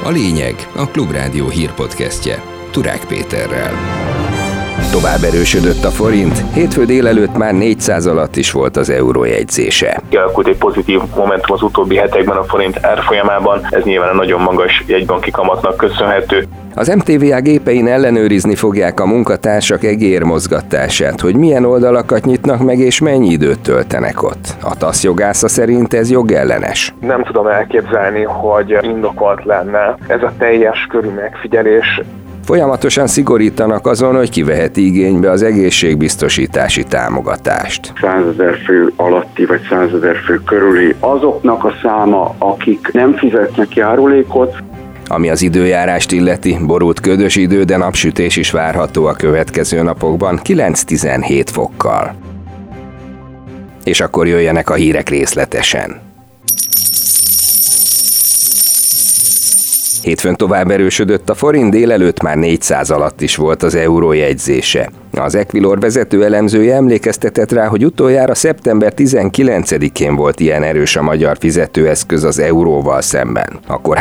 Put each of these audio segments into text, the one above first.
A lényeg a Klubrádió hírpodcastje Turák Péterrel. Tovább erősödött a forint, hétfő délelőtt már 400 alatt is volt az euró jegyzése. Kialakult egy pozitív momentum az utóbbi hetekben a forint árfolyamában, ez nyilván a nagyon magas jegybanki kamatnak köszönhető. Az MTVA gépein ellenőrizni fogják a munkatársak egérmozgatását, hogy milyen oldalakat nyitnak meg és mennyi időt töltenek ott. A TASZ jogásza szerint ez jogellenes. Nem tudom elképzelni, hogy indokolt lenne ez a teljes körű megfigyelés. Folyamatosan szigorítanak azon, hogy ki veheti igénybe az egészségbiztosítási támogatást. 100 000 fő alatti vagy 100 000 fő körüli azoknak a száma, akik nem fizetnek járulékot. Ami az időjárást illeti, borult ködös idő, de napsütés is várható a következő napokban 9-17 fokkal. És akkor jöjjenek a hírek részletesen. Hétfőn tovább erősödött a forint, délelőtt már 400 alatt is volt az euró jegyzése. Az Equilor vezető elemzője emlékeztetett rá, hogy utoljára szeptember 19-én volt ilyen erős a magyar fizetőeszköz az euróval szemben. Akkor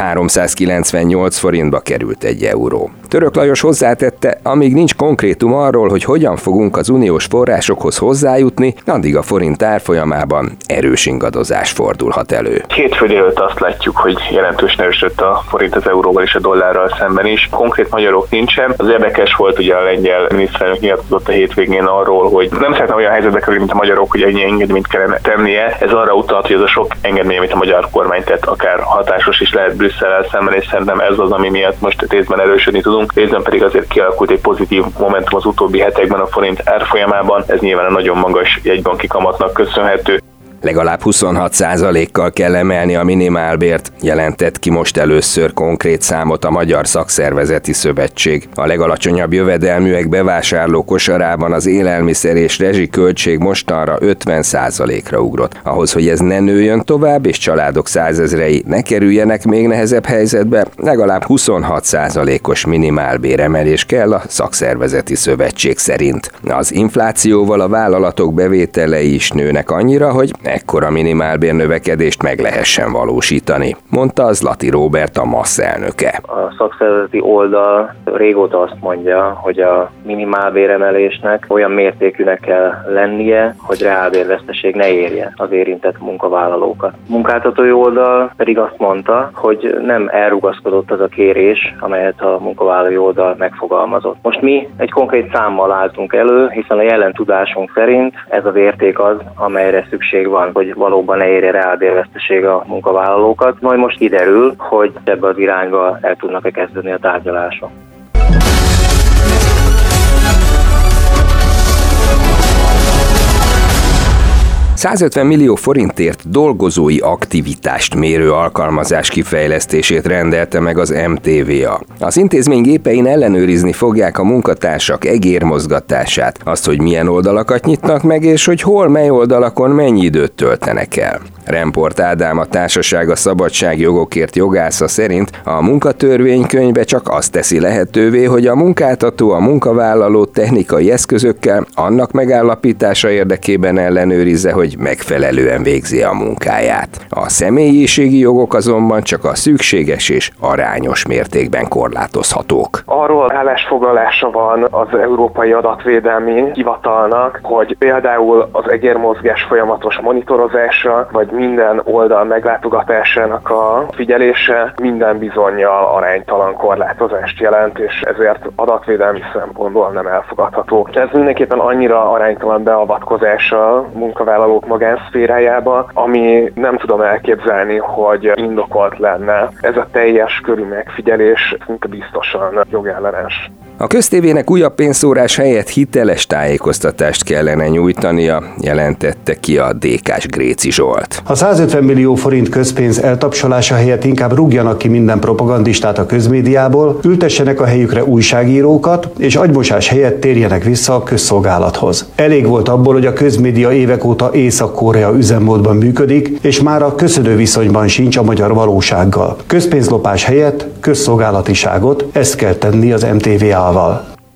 398 forintba került egy euró. Török Lajos hozzátette, amíg nincs konkrétum arról, hogy hogyan fogunk az uniós forrásokhoz hozzájutni, addig a forint árfolyamában erős ingadozás fordulhat elő. Hétfő délelőtt azt látjuk, hogy jelentősen erősödött a forint az euróval és a dollárral szemben is. Konkrét magyarok nincsen. Az érdekes volt, ugye a lengyel miniszterelnök nyilatkozott a hétvégén arról, hogy nem szeretne olyan helyzetbe kerülni, mint a magyarok, hogy ennyi engedményt kellene tennie. Ez arra utalt, hogy az a sok engedmény, amit a magyar kormány tett, akár hatásos is lehet Brüsszellel szemben, és szerintem ez az, ami miatt most részben erősödni tudunk. Részben pedig azért kialakult egy pozitív momentum az utóbbi hetekben a forint árfolyamában, ez nyilván a nagyon magas jegybanki kamatnak köszönhető. Legalább 26%-kal kell emelni a minimálbért, jelentett ki most először konkrét számot a Magyar Szakszervezeti Szövetség. A legalacsonyabb jövedelműek bevásárló kosarában az élelmiszer és rezsiköltség mostanra 50%-ra ugrott. Ahhoz, hogy ez ne nőjön tovább, és családok százezrei ne kerüljenek még nehezebb helyzetbe, legalább 26%-os minimálbéremelés kell a Szakszervezeti Szövetség szerint. Az inflációval a vállalatok bevételei is nőnek annyira, hogy ekkora minimálbér növekedést meg lehessen valósítani, mondta Zlati Róbert, a MASZ elnöke. A szakszervezeti oldal régóta azt mondja, hogy a minimálbéremelésnek olyan mértékűnek kell lennie, hogy reálbérveszteség ne érje az érintett munkavállalókat. A munkáltatói oldal pedig azt mondta, hogy nem elrugaszkodott az a kérés, amelyet a munkavállalói oldal megfogalmazott. Most mi egy konkrét számmal álltunk elő, hiszen a jelen tudásunk szerint ez az érték az, amelyre szükség van, hogy valóban ne érje reálbérveszteség a munkavállalókat. Majd most kiderül, hogy ebbe az irányba el tudnak-e kezdeni a tárgyalások. $150 millió forintért dolgozói aktivitást mérő alkalmazás kifejlesztését rendelte meg az MTVA. Az intézmény gépein ellenőrizni fogják a munkatársak egérmozgatását, azt, hogy milyen oldalakat nyitnak meg, és hogy hol, mely oldalakon mennyi időt töltenek el. Remport Ádám, a Társaság a szabadságjogokért jogásza szerint a munkatörvénykönyvbe csak azt teszi lehetővé, hogy a munkáltató a munkavállalót technikai eszközökkel annak megállapítása érdekében ellenőrizze, hogy megfelelően végzi a munkáját. A személyiségi jogok azonban csak a szükséges és arányos mértékben korlátozhatók. Arról állásfoglalása van az Európai Adatvédelmi Hivatalnak, hogy például az egérmozgás folyamatos monitorozása, vagy minden oldal meglátogatásának a figyelése minden bizonnyal aránytalan korlátozást jelent, és ezért adatvédelmi szempontból nem elfogadható. Ez mindenképpen annyira aránytalan beavatkozás a munkavállalók magánszférájába, ami nem tudom elképzelni, hogy indokolt lenne. Ez a teljes körű megfigyelés szinte biztosan jogellenes. A köztévének újabb pénzszórás helyett hiteles tájékoztatást kellene nyújtania, jelentette ki a DK-s Gréci Zsolt. A 150 millió forint közpénz eltapsolása helyett inkább rúgjanak ki minden propagandistát a közmédiából, ültessenek a helyükre újságírókat, és agymosás helyett térjenek vissza a közszolgálathoz. Elég volt abból, hogy a közmédia évek óta Észak-Korea üzemmódban működik, és már a köszönő viszonyban sincs a magyar valósággal. Közpénzlopás helyett közszolgálatiságot, ezt kell tenni az MTVA-val.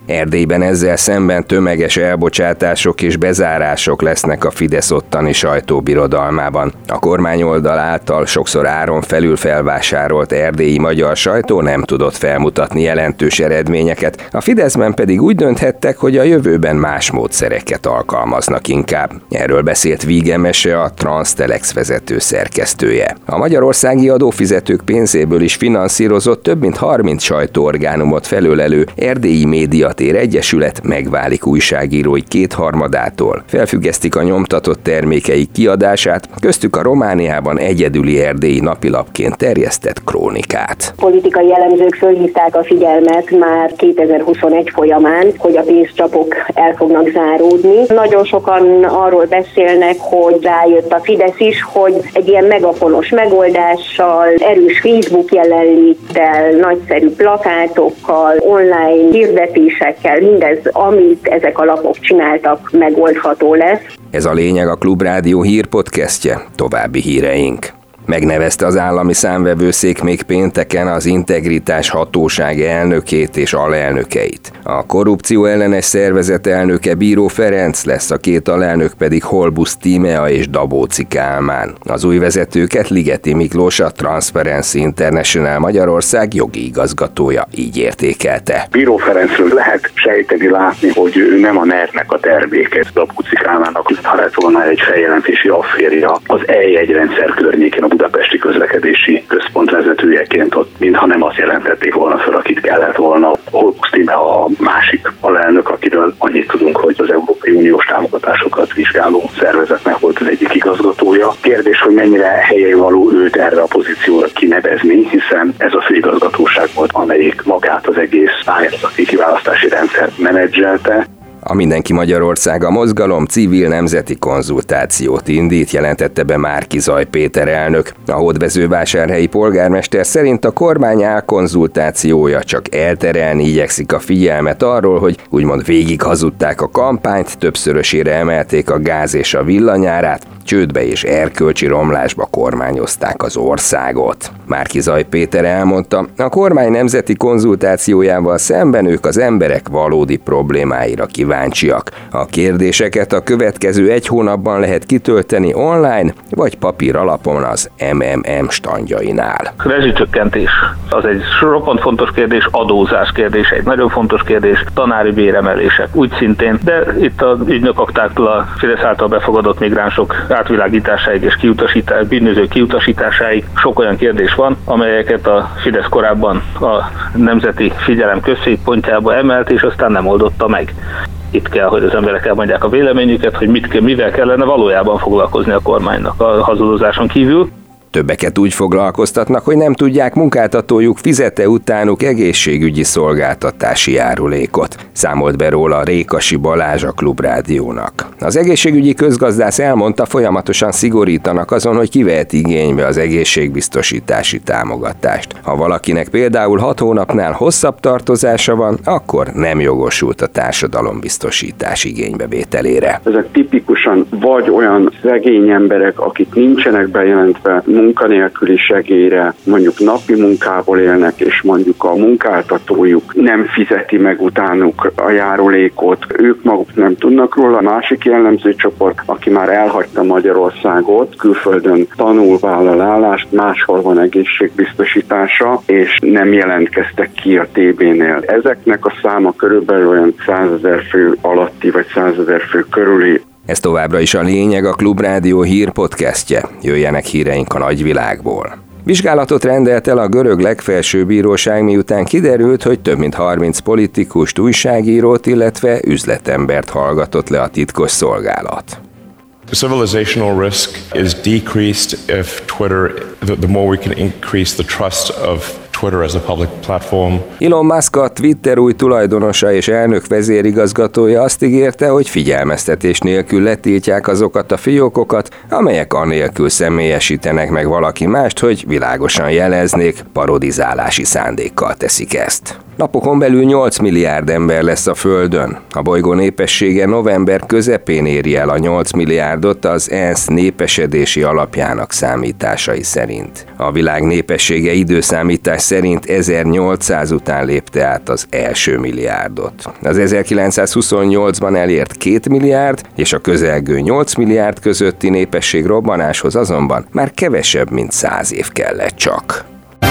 Erdélyben ezzel szemben tömeges elbocsátások és bezárások lesznek a Fidesz ottani sajtóbirodalmában. A kormányoldal által sokszor áron felül felvásárolt erdélyi magyar sajtó nem tudott felmutatni jelentős eredményeket, a Fideszben pedig úgy dönthettek, hogy a jövőben más módszereket alkalmaznak inkább. Erről beszélt Vígemese, a Transtelex vezető szerkesztője. A magyarországi adófizetők pénzéből is finanszírozott több mint 30 sajtóorgánumot felölelő Erdélyi Médiatér Egyesület megválik újságírói 2/3-ától. Felfüggesztik a nyomtatott termékeik kiadását, köztük a Romániában egyedüli erdélyi napilapként terjesztett Krónikát. Politikai elemzők fölhívták a figyelmet már 2021 folyamán, hogy a pénzcsapok el fognak záródni. Nagyon sokan arról beszélnek, hogy rájött a Fidesz is, hogy egy ilyen megafonos megoldással, erős Facebook jelenléttel, nagyszerű plakátokkal, online hirdetésekkel, mindez, amit ezek a lapok csináltak, megoldható lesz. Ez a lényeg a Klubrádió hírpodcastje, további híreink. Megnevezte az állami számvevőszék még pénteken az Integritás Hatóság elnökét és alelnökeit. A korrupció ellenes szervezet elnöke Bíró Ferenc lesz, a 2 alelnök pedig Holbusz Tímea és Dabóci Kálmán. Az új vezetőket Ligeti Miklós, a Transparency International Magyarország jogi igazgatója így értékelte. Bíró Ferencről lehet sejteni, látni, hogy ő nem a NER-nek a terméke. Dabóci Kálmánnak, ha lett volna egy feljelentési afférja az E-jegyrendszer környékén a budapesti közlekedési központ vezetőjeként, ott mintha nem azt jelentették volna fel, akit kellett volna. Holbusz Tímea a másik alelnök, akiről annyit tudunk, hogy az Európai Uniós támogatásokat vizsgáló szervezetnek volt az egyik igazgatója. Kérdés, hogy mennyire helyén-való őt erre a pozícióra kinevezni, hiszen ez a főigazgatóság volt, amelyik magát az egész pályázati kiválasztási rendszert menedzselte. A Mindenki Magyarországa mozgalom civil nemzeti konzultációt indít, jelentette be Márki-Zay Péter elnök. A hódmezővásárhelyi polgármester szerint a kormány álkonzultációja csak elterelni igyekszik a figyelmet arról, hogy úgymond végig hazudták a kampányt, többszörösére emelték a gáz és a villanyárát, csődbe és erkölcsi romlásba kormányozták az országot. Márki-Zay Péter elmondta, a kormány nemzeti konzultációjával szemben ők az emberek valódi problémáira kíváncsiak. A kérdéseket a következő 1 hónapban lehet kitölteni online, vagy papír alapon az MMM standjainál. Rezsicsökkentés az egy roppant fontos kérdés, adózás kérdés, egy nagyon fontos kérdés, tanári béremelések úgy szintén, de itt az ügynökaktáktól a Fidesz által befogadott migránsok átvilágításáig és bűnözők kiutasításáig sok olyan kérdés van, amelyeket a Fidesz korábban a nemzeti figyelem középpontjába emelt, és aztán nem oldotta meg. Itt kell, hogy az emberek elmondják a véleményüket, hogy mivel kellene valójában foglalkozni a kormánynak a hazudozáson kívül. Többeket úgy foglalkoztatnak, hogy nem tudják munkáltatójuk fizete utánuk egészségügyi szolgáltatási járulékot, számolt be róla Rékasi Balázs a Klubrádiónak. Az egészségügyi közgazdász elmondta, folyamatosan szigorítanak azon, hogy ki vehet igénybe az egészségbiztosítási támogatást. Ha valakinek például 6 hónapnál hosszabb tartozása van, akkor nem jogosult a társadalombiztosítás igénybevételére. Ezek tipikusan vagy olyan szegény emberek, akik nincsenek bejelentve munkanélküli segélyre, mondjuk napi munkából élnek, és mondjuk a munkáltatójuk nem fizeti meg utánuk a járulékot, ők maguk nem tudnak róla. A másik jellemző csoport, aki már elhagyta Magyarországot, külföldön tanul, vállal állást, máshol van egészségbiztosítása, és nem jelentkeztek ki a TB-nél. Ezeknek a száma körülbelül olyan 100 000 fő alatti, vagy 100 000 fő körüli. Ez továbbra is a lényeg, a Klubrádió hírpodcastje. Jöjjenek híreink a nagyvilágból. Vizsgálatot rendelt el a görög legfelsőbb bíróság, miután kiderült, hogy több mint 30 politikust, újságírót, illetve üzletembert hallgatott le a titkos szolgálat. The civilizational risk is decreased if Twitter, the more we can increase the trust of Twitter as a public platform. Elon Musk, a Twitter új tulajdonosa és elnök vezérigazgatója azt ígérte, hogy figyelmeztetés nélkül letiltják azokat a fiókokat, amelyek anélkül személyesítenek meg valaki mást, hogy világosan jeleznék, parodizálási szándékkal teszik ezt. Napokon belül 8 milliárd ember lesz a Földön. A bolygó népessége november közepén éri el a 8 milliárdot az ENSZ népesedési alapjának számításai szerint. A világ népessége időszámítás szerint 1800 után lépte át az első milliárdot. Az 1928-ban elért 2 milliárd és a közelgő 8 milliárd közötti népességrobbanáshoz azonban már kevesebb, mint 100 év kellett csak.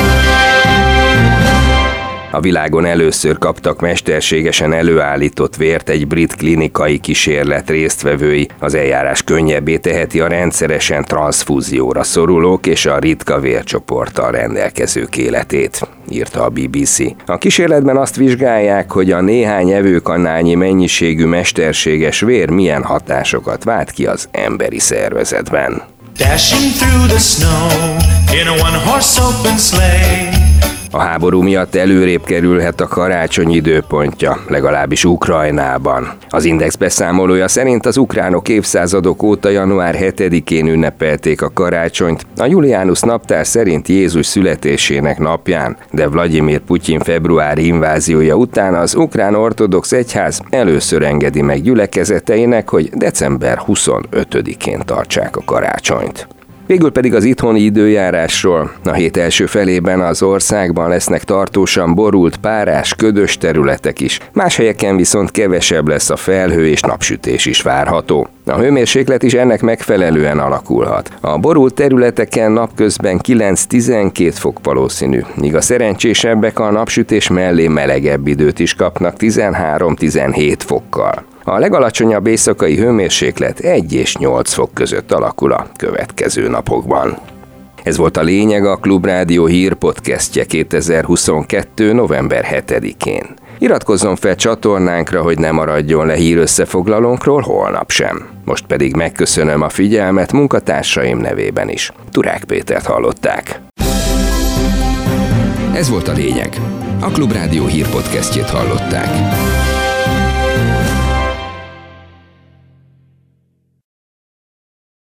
A világon először kaptak mesterségesen előállított vért egy brit klinikai kísérlet résztvevői. Az eljárás könnyebbé teheti a rendszeresen transzfúzióra szorulók és a ritka vércsoporttal rendelkezők életét, írta a BBC. A kísérletben azt vizsgálják, hogy a néhány evőkanálnyi mennyiségű mesterséges vér milyen hatásokat vált ki az emberi szervezetben. Dashing through the snow in a one-horse open sleigh. A háború miatt előrébb kerülhet a karácsony időpontja, legalábbis Ukrajnában. Az Index beszámolója szerint az ukránok évszázadok óta január 7-én ünnepelték a karácsonyt, a Julianus naptár szerint Jézus születésének napján, de Vladimir Putyin februári inváziója után az ukrán ortodox egyház először engedi meg gyülekezeteinek, hogy december 25-én tartsák a karácsonyt. Végül pedig az itthoni időjárásról. A hét első felében az országban lesznek tartósan borult, párás, ködös területek is. Más helyeken viszont kevesebb lesz a felhő és napsütés is várható. A hőmérséklet is ennek megfelelően alakulhat. A borult területeken napközben 9-12 fok valószínű, míg a szerencsésebbek a napsütés mellé melegebb időt is kapnak 13-17 fokkal. A legalacsonyabb éjszakai hőmérséklet 1 és 8 fok között alakul a következő napokban. Ez volt a lényeg, a Klubrádió hírpodcastje 2022. november 7-én. Iratkozzon fel csatornánkra, hogy ne maradjon le hírösszefoglalónkról holnap sem. Most pedig megköszönöm a figyelmet munkatársaim nevében is. Turák Pétert hallották. Ez volt a lényeg. A Klubrádió hírpodcastjét hallották.